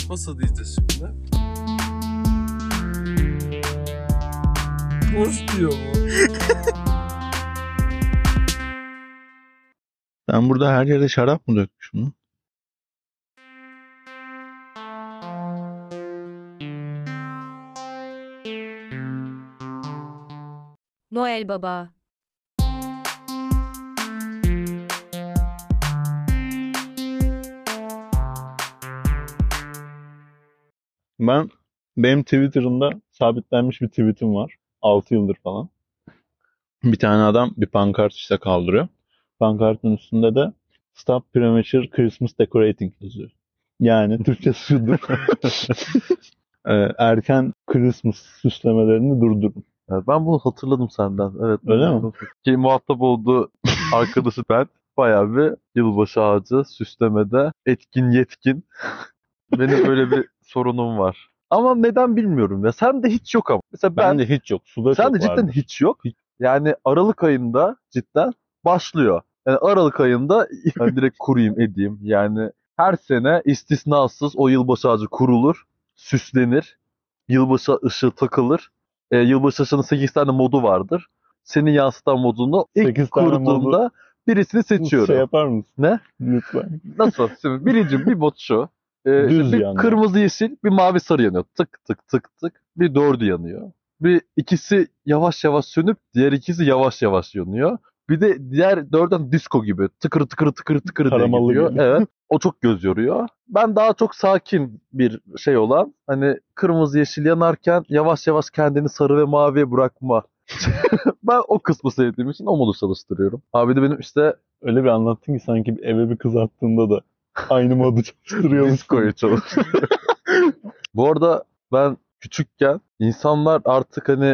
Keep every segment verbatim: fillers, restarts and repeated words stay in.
Nasıl diyeceğiz şimdi? Boş diyor bu. Sen burada her yere şarap mı dökmüşsün lan? Noel Baba. Ben, benim Twitter'ımda sabitlenmiş bir tweetim var. altı yıldır falan. Bir tane adam bir pankart işte kaldırıyor. Pankartın üstünde de Stop Premature Christmas Decorating yazıyor. Yani Türkçe şudur. Ee, Erken Christmas süslemelerini durdurun. Evet, ben bunu hatırladım senden. Evet. Öyle mi? Ki muhatap olduğu arkadaşı ben bayağı bir yılbaşı ağacı süslemede etkin yetkin. Benim öyle bir sorunum var. Ama neden bilmiyorum ya. Sen de hiç yok ama. Mesela ben, Ben de hiç yok. Suda sen çok de cidden vardır. hiç yok. Yani Aralık ayında cidden başlıyor. Yani Aralık ayında yani direkt kurayım edeyim. Yani her sene istisnasız o yılbaşı ağacı kurulur, süslenir. Yılbaşı ışığı takılır. E, yılbaşı ışığının sekiz tane modu vardır. Senin yansıtan modunu sekiz ilk tane kurduğumda modu- birisini seçiyorum. Şey yapar mısın? Ne? Lütfen. Nasıl? Şimdi birinci bir mod şu. Ee, Düz işte bir yanıyor. kırmızı yeşil, bir mavi sarı yanıyor. Tık tık tık tık. Bir dördü yanıyor. Bir ikisi yavaş yavaş sönüp diğer ikisi yavaş yavaş yanıyor. Bir de diğer dörden disco gibi tıkır tıkır tıkır tıkır diye Taramalı gidiyor. gibi. Evet. O çok göz yoruyor. Ben daha çok sakin bir şey olan hani kırmızı yeşil yanarken yavaş yavaş kendini sarı ve maviye bırakma. Ben o kısmı sevdiğim için o modu çalıştırıyorum. Abi de benim işte Öyle bir anlattın ki sanki eve bir kız attığında da aynı modu çalıştırıyormuş. Disco'yu çalıştırıyor. Bu arada ben küçükken insanlar artık hani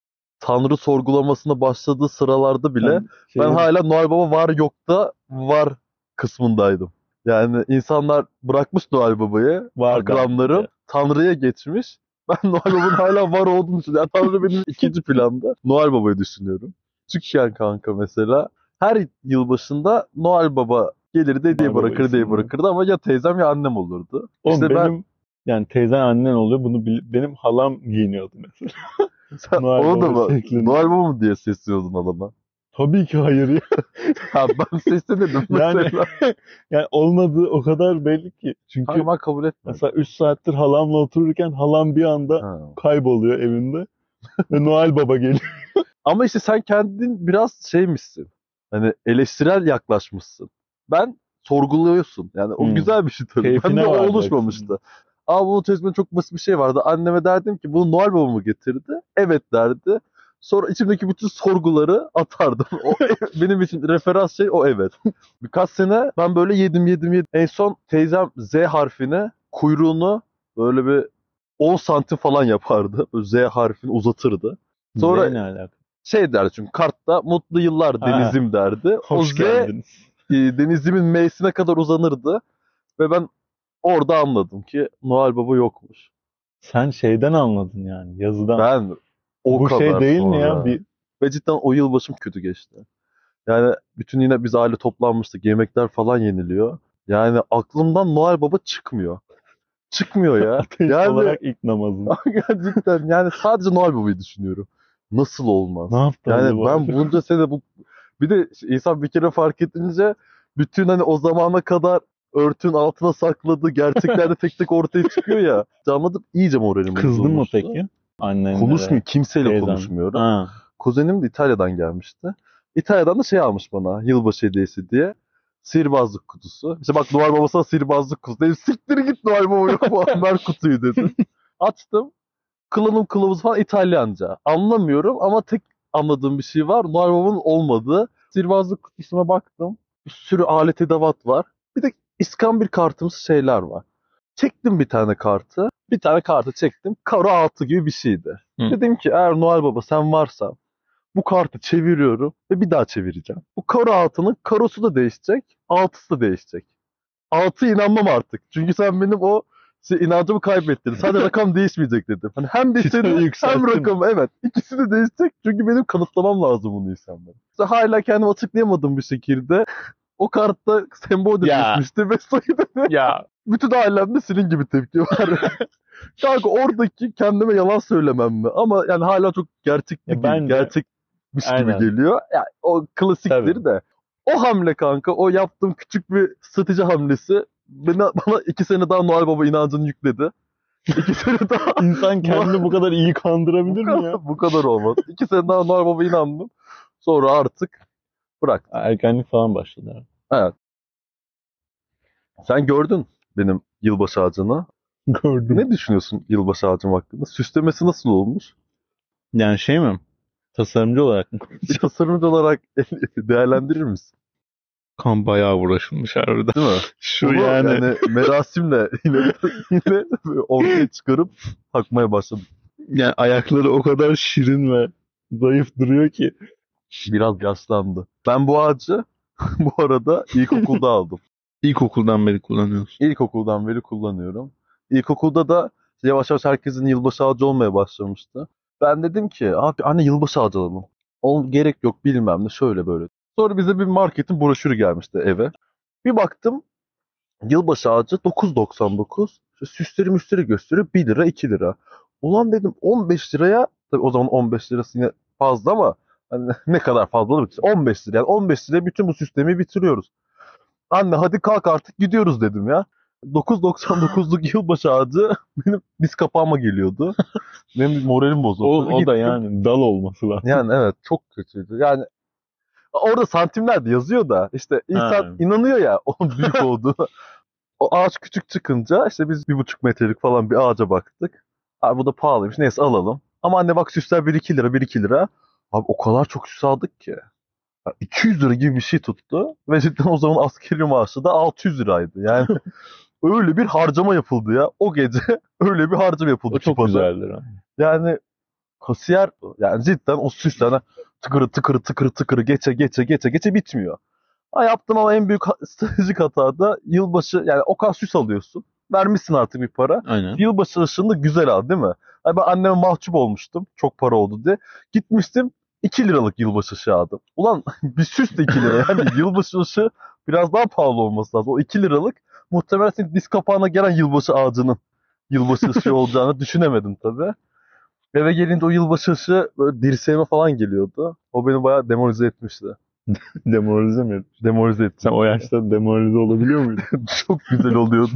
Tanrı sorgulamasına başladığı sıralarda bile Ben, şey, ben hala Noel Baba var yok da var kısmındaydım. Yani insanlar bırakmış Noel Baba'yı, Var akranlarım galiba. Tanrı'ya geçmiş. Ben Noel Baba'nın hala var olduğunu düşünüyorum. Yani Tanrı benim ikinci planda. Noel Baba'yı düşünüyorum. Küçükken kanka mesela her yılbaşında Noel Baba gelirdi hediye Noel Baba bırakır hediye isimli. bırakırdı ama ya teyzem ya annem olurdu. Oğlum İşte benim ben yani teyzen annen oluyor. Bunu bil- benim halam giyiniyordu mesela. sen Noel onu da Baba mı? şeklinde. Noel Baba mı diye sesliyordun adama? Tabii ki hayır ya. Ha ben seslemedim Yani mesela. yani olmadığı o kadar belli ki. Çünkü Kanka ben kabul etmedim. mesela üç saattir halamla otururken halam bir anda Ha. kayboluyor evinde. Ve Noel Baba geliyor. Ama işte sen kendin biraz şeymişsin. Hani eleştirel yaklaşmışsın. Ben sorguluyorsun. Yani o Hmm. güzel bir şey tabii. Keyfine Bende o vardı oluşmamıştı. Ama bunun çözümünde çok basit bir şey vardı. Anneme derdim ki bunu Noel Baba mı getirdi? Evet derdi. Sonra içimdeki bütün sorguları atardım. O benim için referans şey o evet. Birkaç sene ben böyle yedim yedim yedim. En son teyzem Z harfine kuyruğunu böyle bir on santim falan yapardı. Böyle Z harfini uzatırdı. Sonra Z ne alaka? şey derdi çünkü kartta mutlu yıllar Ha. Denizim derdi. O Hoş Z geldiniz. e, Denizim'in M'sine kadar uzanırdı. Ve ben orada anladım ki Noel Baba yokmuş. Sen şeyden anladın yani yazıdan. Ben o Bu kadar şey değil mi ya? sonra- Bir Ve cidden o yılbaşım kötü geçti. Yani bütün yine biz aile toplanmıştık. Yemekler falan yeniliyor. Yani aklımdan Noel Baba çıkmıyor. Çıkmıyor ya. ateist yani olarak ilk namazın. cidden yani sadece Noel Baba'yı düşünüyorum. Nasıl olmaz? Ne yaptın Yani acaba? ben bunca sene bu bir de insan bir kere fark edince bütün hani o zamana kadar örtün altına sakladığı gerçekler de tek tek ortaya çıkıyor ya. Anladım iyice moralim Kızdın mı bozulmuştu. peki? Annenlere. Konuşmuyor. Kimseyle teyzen. konuşmuyorum. Ha. Kuzenim de İtalya'dan gelmişti. İtalya'dan da şey almış bana yılbaşı hediyesi diye. Sihirbazlık kutusu. İşte bak Noel Baba sana sihirbazlık kutusu. Dedim siktir git Noel Baba yok mu? Ver kutuyu dedim. Açtım. Kılımım kılavuz falan İtalyanca. Anlamıyorum ama tek anladığım bir şey var. Noel Baba'nın olmadığı. Sihirbazlık kutusuna baktım. Bir sürü alet edevat var. Bir de iskambil kartımsı şeyler var. Çektim bir tane kartı. Bir tane kartı çektim. Karo altı gibi bir şeydi. Hı. Dedim ki eğer Noel Baba sen varsan bu kartı çeviriyorum ve bir daha çevireceğim. Bu karo altının karosu da değişecek, altısı da değişecek. Altı inanmam artık. Çünkü sen benim o şey, inancımı kaybettin. Sadece rakam değişmeyecek dedim. Hani hem Çıtayı deseni hem yükselttin. rakamı evet. İkisi de değişecek. Çünkü benim kanıtlamam lazım bunu insanlara. İşte hala kendimi açıklayamadığım bir şekilde O kartta sembol de Ya. düşmüştü ve sayı dedi. Ya Bütün ailemde senin gibi tepki var. Kanka oradaki kendime yalan söylemem mi? Ama yani hala çok gerçek Ya gibi, bence- gerçekmiş gibi Aynen. geliyor. Yani o klasiktir Tabii. de. O hamle kanka, o yaptığım küçük bir strateji hamlesi beni, bana iki sene daha Noel Baba inancını yükledi. İki sene daha insan kendini bu kadar iyi kandırabilir mi ya? bu kadar olmaz. İki sene daha Noel Baba inandım. Sonra artık bırak. Erkenlik falan başladı. abi. Evet. Sen gördün benim yılbaşı ağacını. Gördüm. Ne düşünüyorsun yılbaşı ağacım hakkında? Süslemesi nasıl olmuş? Yani şey mi? Tasarımcı olarak mı? Bir tasarımcı olarak değerlendirir misin? Kan bayağı uğraşılmış harbiden. Değil mi? Şu Bunu yani, merasimle yine, yine ortaya çıkarıp takmaya başladım. yani ayakları o kadar şirin ve zayıf duruyor ki. Biraz yaşlandı. Ben bu ağacı bu arada ilkokulda aldım. İlkokuldan beri kullanıyorsun. İlkokuldan beri kullanıyorum. İlkokulda da yavaş yavaş herkesin yılbaşı ağacı olmaya başlamıştı. Ben dedim ki abi anne yılbaşı ağacı alalım. O gerek yok bilmem ne şöyle böyle. Sonra bize bir marketin broşürü gelmişti eve. Bir baktım yılbaşı ağacı dokuz doksan dokuz. İşte süsleri müsleri gösteriyor bir lira iki lira. Ulan dedim on beş liraya, tabii o zaman on beş lirası yine fazla ama hani ne kadar fazla olur? on beş lira, yani on beş liraya bütün bu sistemi bitiriyoruz. Anne hadi kalk artık gidiyoruz dedim ya. dokuz doksan dokuzluk yılbaşı ağacı benim diz kapağıma geliyordu. Benim moralim bozuldu. O, o da Gittim. yani dal olması lazım. Yani evet çok kötüydü. Yani orada santimler de yazıyor da işte insan Ha. inanıyor ya onun büyük olduğunu. O ağaç küçük çıkınca işte biz bir buçuk metrelik falan bir ağaca baktık. Abi bu da pahalıymış neyse alalım. Ama anne bak süsler bir iki lira bir iki lira. Abi o kadar çok süs aldık ki. Ya iki yüz lira gibi bir şey tuttu. Ve cidden o zaman askeri maaşı da altı yüz liraydı. Yani öyle bir harcama yapıldı ya. O gece öyle bir harcama yapıldı. O çok Kipa'da. güzeldir. ha. Yani kasiyer yani cidden o süslerine tıkırı tıkırı tıkırı tıkırı geçe geçe geçe geçe bitmiyor. Ha, yaptım ama en büyük ha- stratejik hata da yılbaşı, yani o kadar süs alıyorsun. Vermişsin artık bir para. Aynen. Yılbaşı ışığında güzel al değil mi? Hani ben anneme mahcup olmuştum. Çok para oldu diye. Gitmiştim iki liralık yılbaşı ışığı aldım. Ulan bir süs de iki lira. Yani yılbaşı ışığı biraz daha pahalı olması lazım. O iki liralık muhtemelen senin diz kapağına gelen yılbaşı ağacının yılbaşı ışığı olacağını düşünemedim tabii. Eve gelince o yılbaşı ışığı böyle dirseğime falan geliyordu. O beni bayağı demoralize etmişti. Demoralize mi? Demoralize etti. Sen o yaşta demoralize olabiliyor muydun? Çok güzel oluyordu.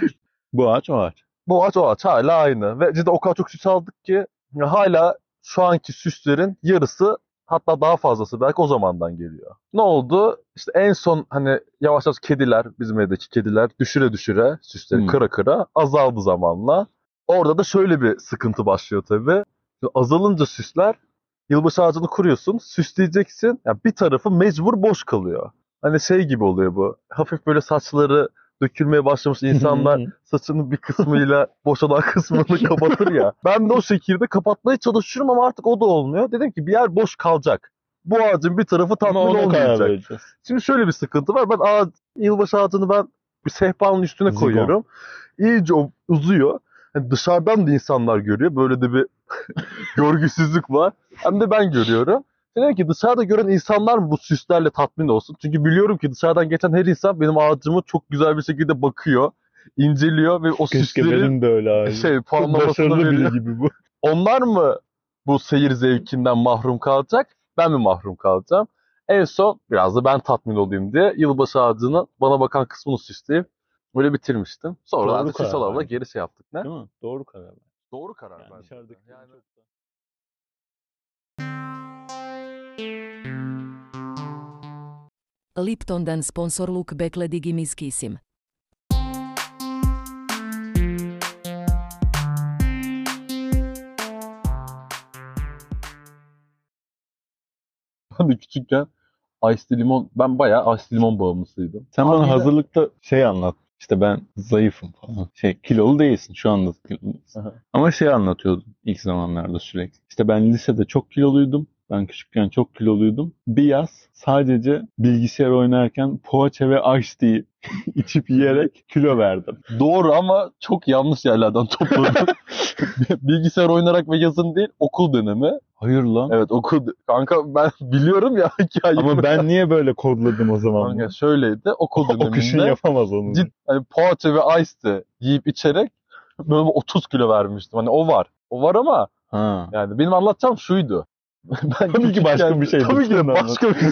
Bu ağaç o ağaç. Bu ağaç o ağaç hala aynı. Ve cidden o kadar çok süs aldık ki ya hala şu anki süslerin yarısı, hatta daha fazlası belki o zamandan geliyor. Ne oldu? İşte en son hani yavaş yavaş kediler, bizim evdeki kediler düşüre düşüre süsleri Hmm. kıra kıra azaldı zamanla. Orada da şöyle bir sıkıntı başlıyor tabii. Şimdi azalınca süsler, yılbaşı ağacını kuruyorsun, süsleyeceksin. Yani bir tarafı mecbur boş kalıyor. Hani şey gibi oluyor bu. Hafif böyle saçları dökülmeye başlamış insanlar saçının bir kısmıyla boşalan kısmını kapatır ya. Ben de o şekilde kapatmaya çalışıyorum ama artık o da olmuyor. Dedim ki bir yer boş kalacak. Bu ağacın bir tarafı Ama tatmin ona karar olmayacak. vereceğiz. Şimdi şöyle bir sıkıntı var. Ben ağaç, yılbaşı ağacını ben bir sehpanın üstüne Zigon. koyuyorum. İyice o uzuyor. Yani dışarıdan da insanlar görüyor. Böyle de bir görgüsüzlük var. Hem de ben görüyorum. Dedim ki dışarıda gören insanlar mı bu süslerle tatmin olsun? Çünkü biliyorum ki dışarıdan geçen her insan benim ağacımı çok güzel bir şekilde bakıyor, inceliyor ve o Keşke süsleri benim de öyle abi. şey Çok puanlamasını başarılı veriyor. biri gibi bu. Onlar mı bu seyir zevkinden mahrum kalacak? Ben mi mahrum kalacağım? En son biraz da ben tatmin olayım diye yılbaşı ağacının bana bakan kısmını süsleyip böyle bitirmiştim. Sonra Doğru da süs karar alanla verdin. geri şey yaptık. Ne? Değil mi? Doğru karar. ver. Doğru karar Yani verdim. dışarıdaki Yani çok da- Lipton'dan sponsorluk bekledigim iskisim. ben de küçükken Ice limon, ben bayağı Ice limon bağımlısıydım. Sen Abi bana bir de- hazırlıkta şey anlat. İşte ben zayıfım falan. Şey kilolu değilsin şu anda. Kilolu değilsin. Aha. Ama şey anlatıyordun ilk zamanlarda sürekli. İşte ben lisede çok kiloluydum. Ben küçükken çok kiloluydum. Bir yaz sadece bilgisayar oynarken poğaça ve iced tea içip yiyerek kilo verdim. Doğru ama çok yanlış yerlerden topladın. Bilgisayar oynarak ve yazın değil, okul dönemi. Hayır lan. Evet, okul. Kanka ben biliyorum ya hikayeyi. Ama ben niye böyle kodladım o zaman? Kanka şöyleydi, okul O kışın döneminde yapamaz onu. cid, hani poğaça ve iced tea yiyip içerek böyle otuz kilo vermiştim. Hani o var. O var ama Ha. yani benim anlatacağım şuydu. Ben Tabii ki başka küçükken- bir şeydi. Tabii ki de Sen başka bir şey.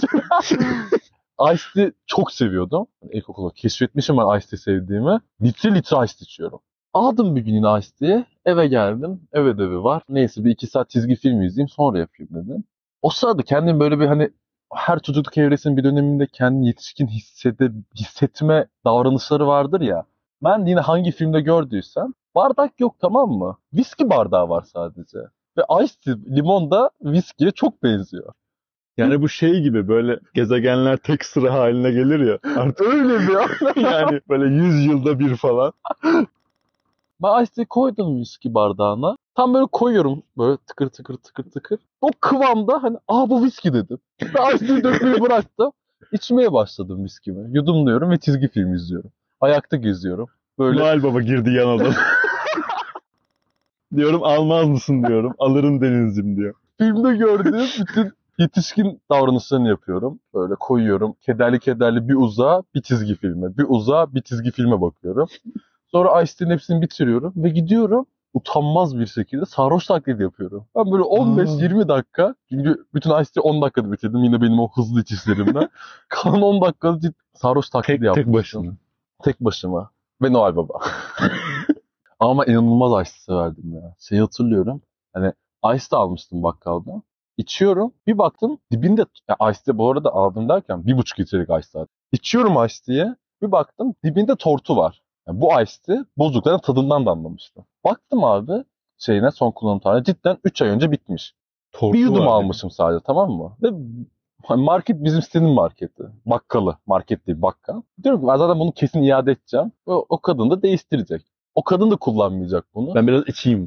Iced tea çok seviyordum. İlkokulda keşfetmişim ben iced tea sevdiğimi. Litre litre iced tea içiyorum. Aldım bir gün yine iced tea'yi. Eve geldim. Ev ödevi var. Neyse bir iki saat çizgi film izleyeyim sonra yapayım dedim. O sırada kendim böyle bir hani her çocukluk evresinin bir döneminde kendini yetişkin hissede, hissetme davranışları vardır ya. Ben yine hangi filmde gördüysem bardak yok, tamam mı? Viski bardağı var sadece. Ve iced tea, limon da viskiye çok benziyor. Yani bu şey gibi böyle gezegenler tek sıra haline gelir ya. Artık Öyle mi? yani böyle yüz yılda bir falan. Ben iced tea koydum viski bardağına. Tam böyle koyuyorum böyle tıkır tıkır tıkır tıkır. O kıvamda hani aa bu viski dedim. Ve iced tea'yi dökmeyi bıraktım. İçmeye başladım viskimi. Yudumluyorum ve çizgi film izliyorum. Ayakta geziyorum. Böyle Noel Baba girdi yan odama. Diyorum almaz mısın diyorum. Alırım Deniz'cim diyor. filmde gördüğüm bütün yetişkin davranışlarını yapıyorum. Böyle koyuyorum. Kederli kederli bir uzağa bir çizgi filme. Bir uzağa bir çizgi filme bakıyorum. Sonra Ice Tea'nin hepsini bitiriyorum ve gidiyorum. Utanmaz bir şekilde sarhoş taklidi yapıyorum. Ben böyle on beş yirmi dakika, çünkü bütün Ice Tea'yi on dakikada bitirdim yine benim o hızlı içişlerimden. Kalan on dakikada cid- sarhoş taklidi Tek, yapmıştım. tek başına. Tek başıma. Ve Noel Baba. Ama inanılmaz Ice Tea severdim ya. Şey hatırlıyorum. Hani Ice Tea almıştım bakkalda. İçiyorum. Bir baktım dibinde... Ya Ice Tea bu arada aldım derken bir buçuk litrelik Ice Tea. İçiyorum Ice Tea'ye. Bir baktım dibinde tortu var. Yani bu Ice Tea bozukların tadından da anlamıştım. Baktım abi şeyine, son kullanım tarihi cidden üç ay önce bitmiş. Tortu Bir yudum var almışım sadece, tamam mı? Ve hani market bizim sitenin marketi. Bakkalı. Market değil, bakkal. Diyorum ki ben zaten bunu kesin iade edeceğim. Ve o kadın da değiştirecek. O kadın da kullanmayacak bunu. Ben biraz içeyim.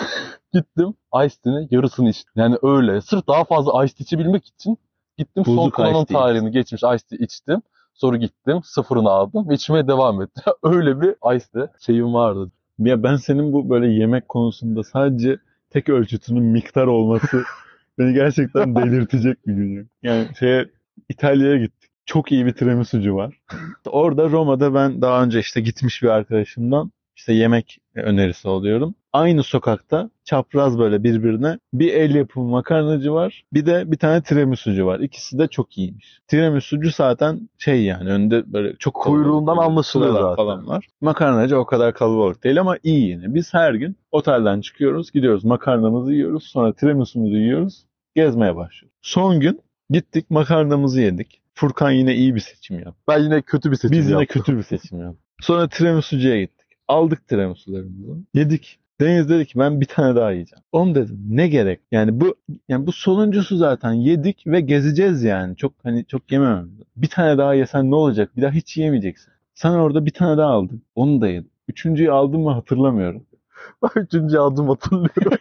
Gittim Ice Tea'nin yarısını içtim. Yani öyle. Sırf daha fazla Ice Tea içebilmek için gittim son Bozuk kullanım Ice Tea tarihini geçmiş Ice Tea içtim. Sonra gittim sıfırını aldım ve içmeye devam ettim. Öyle bir Ice Tea şeyim vardı. Ya ben senin bu böyle yemek konusunda sadece tek ölçütünün miktar olması beni gerçekten delirtecek bir gün. Yani şeye İtalya'ya gittik. Çok iyi bir tiramisucu var. Orada Roma'da ben daha önce işte gitmiş bir arkadaşımdan işte yemek önerisi alıyorum. Aynı sokakta çapraz böyle birbirine bir el yapımı makarnacı var. Bir de bir tane tiramisucu var. İkisi de çok iyiymiş. Tiramisucu zaten şey yani önde böyle çok kalabalık, Kuyruğundan böyle anlaşılıyor sıralar zaten. falan var. Makarnacı o kadar kalabalık değil ama iyi yine. Biz her gün otelden çıkıyoruz, gidiyoruz makarnamızı yiyoruz. Sonra tiramisu'muzu yiyoruz. Gezmeye başlıyoruz. Son gün gittik makarnamızı yedik. Furkan yine iyi bir seçim yaptı. Ben yine kötü bir seçim Biz yine yaptım. kötü bir seçim yaptık. Sonra tiramisucuya gittik. Aldık tiramisularımızı. Yedik. Deniz dedi ki ben bir tane daha yiyeceğim. Oğlum dedim ne gerek? Yani bu yani bu sonuncusu zaten yedik ve gezeceğiz yani. Çok hani çok yememem. Bir tane daha yesen ne olacak? Bir daha hiç yemeyeceksin. Sen orada bir tane daha aldın. Onu da yedin. Üçüncüyü aldın mı hatırlamıyorum. Üçüncü adım hatırlıyorum.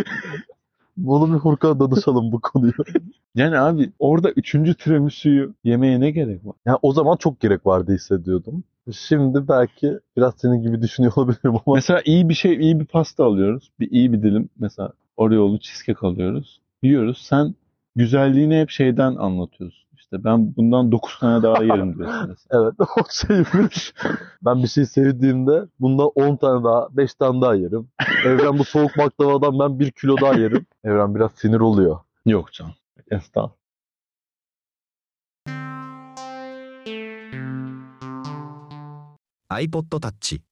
Bunu bir Furkan'a danışalım bu konuyu. Yani abi orada üçüncü tiramisu'yu yemeye ne gerek var? Yani o zaman çok gerek vardı hissediyordum. Şimdi belki biraz senin gibi düşünüyor olabilirim ama Mesela iyi bir şey, iyi bir pasta alıyoruz. Bir iyi bir dilim mesela Oreo'lu cheesecake alıyoruz. Yiyoruz. Sen güzelliğini hep şeyden anlatıyorsun. İşte ben bundan dokuz tane daha yerim diyorsun mesela. evet o şeymiş. Ben bir şey sevdiğimde bundan on tane daha, beş tane daha yerim. Evren bu soğuk baklavadan ben bir kilo daha yerim. Evren biraz sinir oluyor. Yok canım. Estağfurullah. iPod Touch。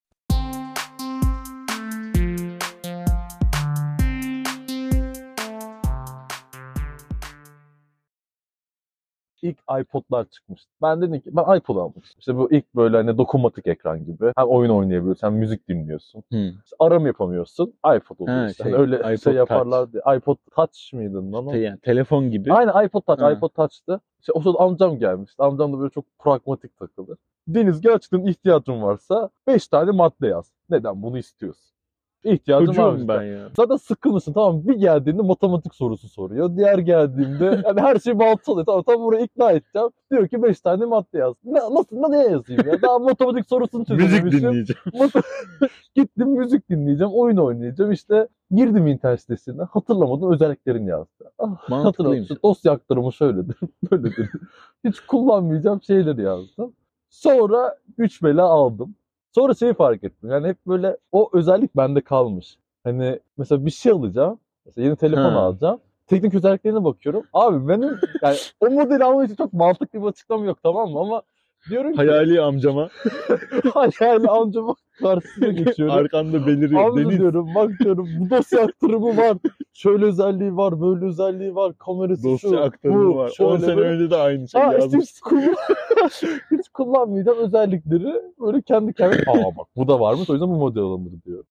İlk iPod'lar çıkmıştı. Ben dedim ki ben iPod almıştım. İşte bu ilk böyle hani dokunmatik ekran gibi. Hem oyun oynayabiliyorsun hem müzik dinliyorsun. Hmm. İşte arama yapamıyorsun. iPod oluyor Ha, işte. şey, Hani öyle iPod şey yaparlar diye. iPod Touch mıydı lan o? Te- yani telefon gibi. Aynen iPod Touch, Ha. iPod Touch'tı. İşte o sırada amcam gelmişti. Amcam da böyle çok pragmatik takılır. Deniz gerçekten ihtiyacın varsa beş tane madde yaz. Neden bunu istiyorsun? İhtiyacım var. Çocuğum ben ya. Zaten sıkılmışsın, tamam mı? Bir geldiğinde matematik sorusu soruyor. Diğer geldiğinde yani her şey mantıklı oluyor. Tamam, tam buraya ikna edeceğim. Diyor ki beş tane madde yaz. Ne, nasıl, ne yazayım ya? Daha matematik sorusunu Müzik çözememişim. dinleyeceğim. Gittim müzik dinleyeceğim, oyun oynayacağım. İşte girdim internet sitesine. Hatırlamadım, özelliklerini yazdı. Ah, Mantıklıymış. hatırlamışım. Dosya aktarımı şöyledir, böyledir. Hiç kullanmayacağım şeyleri yazdım. Sonra güç bela aldım. Sonra şeyi fark ettim. Yani hep böyle o özellik bende kalmış. Hani mesela bir şey alacağım. Mesela yeni telefon Ha. alacağım. Teknik özelliklerine bakıyorum. Abi benim yani o modeli almak için çok mantıklı bir açıklama yok, tamam mı? Ama diyorum ki Hayali amcama hayali amcama karşısına geçiyorum. arkanda beliriyor. Amca Deniz. diyorum, bak diyorum, bu dosya aktarımı var. Şöyle özelliği var, böyle özelliği var. Kamerası şu, Dosya aktarımı bu, var. şöyle on sene böyle. önce de aynı şey Ha işte yazmış. hiç, kullan hiç kullanmayacağım özellikleri böyle kendi kendime. Aa bak bu da varmış, o yüzden bu model alınır diyor.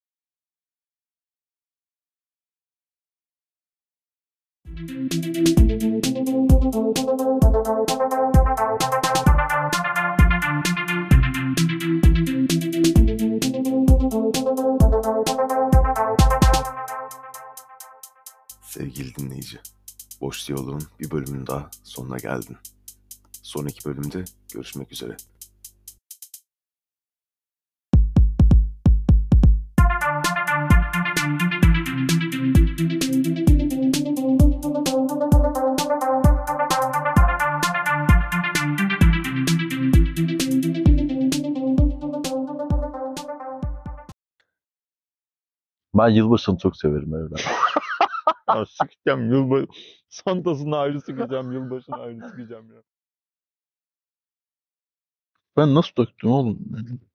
Sevgili dinleyici, Boş Diyalog'un bir bölümünün daha sonuna geldin. Sonraki bölümde görüşmek üzere. Ben yılbaşını çok severim evlen. Ya sikeceğim yılbaşı. Santasını ayrı sikeceğim. Yılbaşını ayrı sikeceğim ya. Ben nasıl döktüm oğlum?